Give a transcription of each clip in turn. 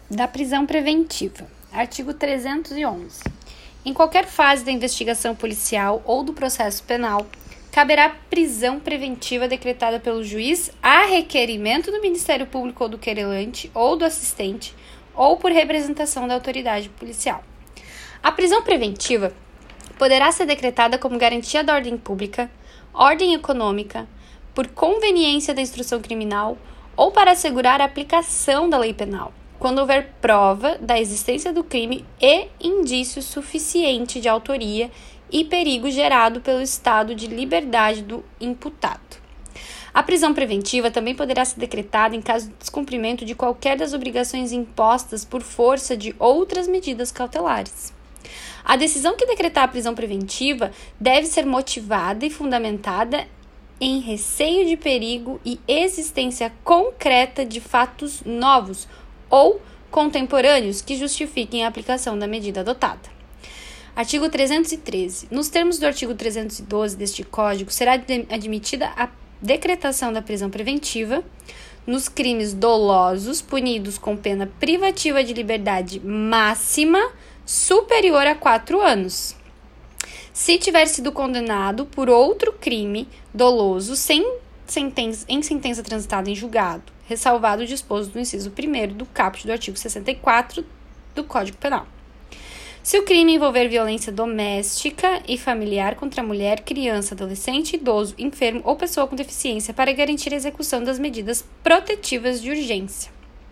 da prisão preventiva. Artigo 311. Em qualquer fase da investigação policial ou do processo penal, caberá prisão preventiva decretada pelo juiz a requerimento do Ministério Público ou do querelante ou do assistente ou por representação da autoridade policial. A prisão preventiva poderá ser decretada como garantia da ordem pública, ordem econômica, por conveniência da instrução criminal ou para assegurar a aplicação da lei penal, quando houver prova da existência do crime e indício suficiente de autoria e perigo gerado pelo estado de liberdade do imputado. A prisão preventiva também poderá ser decretada em caso de descumprimento de qualquer das obrigações impostas por força de outras medidas cautelares. A decisão que decretar a prisão preventiva deve ser motivada e fundamentada em receio de perigo e existência concreta de fatos novos ou contemporâneos que justifiquem a aplicação da medida adotada. Artigo 313. Nos termos do artigo 312 deste Código, será admitida a decretação da prisão preventiva nos crimes dolosos punidos com pena privativa de liberdade máxima superior a 4 anos. Se tiver sido condenado por outro crime doloso em sentença transitada em julgado, ressalvado o disposto do inciso 1º do caput do artigo 64 do Código Penal. Se o crime envolver violência doméstica e familiar contra mulher, criança, adolescente, idoso, enfermo ou pessoa com deficiência para garantir a execução das medidas protetivas de urgência.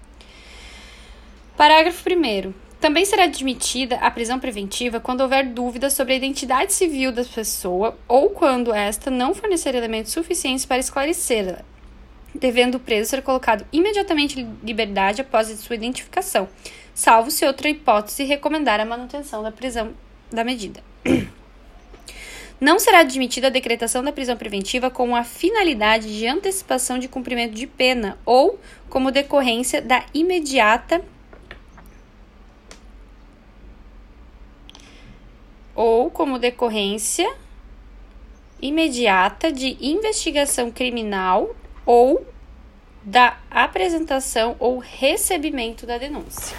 Parágrafo 1º. Também será admitida a prisão preventiva quando houver dúvida sobre a identidade civil da pessoa ou quando esta não fornecer elementos suficientes para esclarecê-la, devendo o preso ser colocado imediatamente em liberdade após a sua identificação, salvo se outra hipótese recomendar a manutenção da prisão da medida. Não será admitida a decretação da prisão preventiva com a finalidade de antecipação de cumprimento de pena ou como decorrência da imediata de investigação criminal ou da apresentação ou recebimento da denúncia.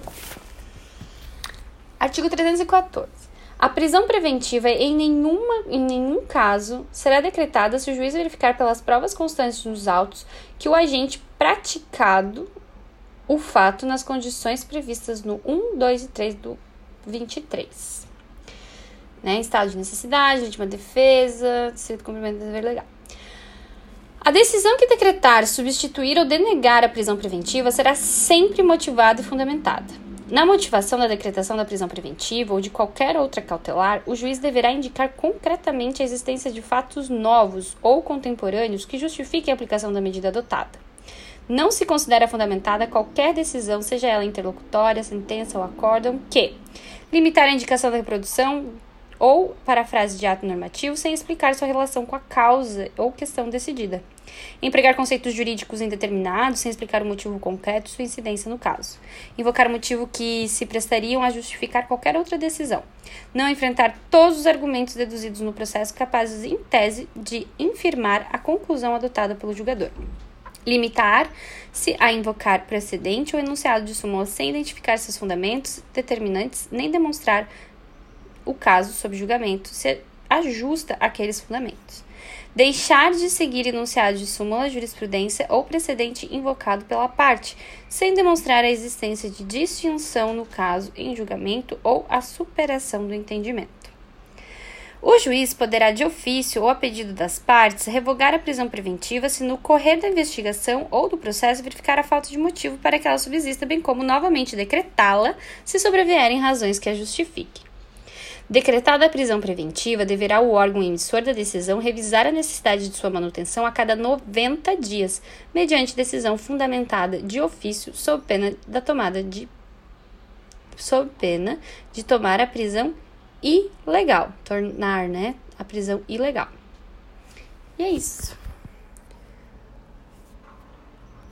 Artigo 314. A prisão preventiva em nenhum caso será decretada se o juiz verificar pelas provas constantes nos autos que o agente praticado o fato nas condições previstas no 1, 2 e 3 do 23. Em estado de necessidade, legítima defesa, cumprimento do dever legal. A decisão que decretar, substituir ou denegar a prisão preventiva será sempre motivada e fundamentada. Na motivação da decretação da prisão preventiva ou de qualquer outra cautelar, o juiz deverá indicar concretamente a existência de fatos novos ou contemporâneos que justifiquem a aplicação da medida adotada. Não se considera fundamentada qualquer decisão, seja ela interlocutória, sentença ou acórdão, que limitar a indicação da reprodução ou parafrase de ato normativo sem explicar sua relação com a causa ou questão decidida. Empregar conceitos jurídicos indeterminados sem explicar o motivo concreto e sua incidência no caso. Invocar motivo que se prestariam a justificar qualquer outra decisão. Não enfrentar todos os argumentos deduzidos no processo capazes, em tese, de infirmar a conclusão adotada pelo julgador. Limitar-se a invocar precedente ou enunciado de súmula sem identificar seus fundamentos determinantes nem demonstrar o caso sob julgamento se ajusta àqueles fundamentos. Deixar de seguir enunciado de súmula, jurisprudência ou precedente invocado pela parte, sem demonstrar a existência de distinção no caso em julgamento ou a superação do entendimento. O juiz poderá, de ofício ou a pedido das partes, revogar a prisão preventiva se no correr da investigação ou do processo verificar a falta de motivo para que ela subsista, bem como novamente decretá-la se sobrevierem razões que a justifiquem. Decretada a prisão preventiva, deverá o órgão emissor da decisão revisar a necessidade de sua manutenção a cada 90 dias, mediante decisão fundamentada de ofício, sob pena de tomar a prisão ilegal, tornar, a prisão ilegal. E é isso.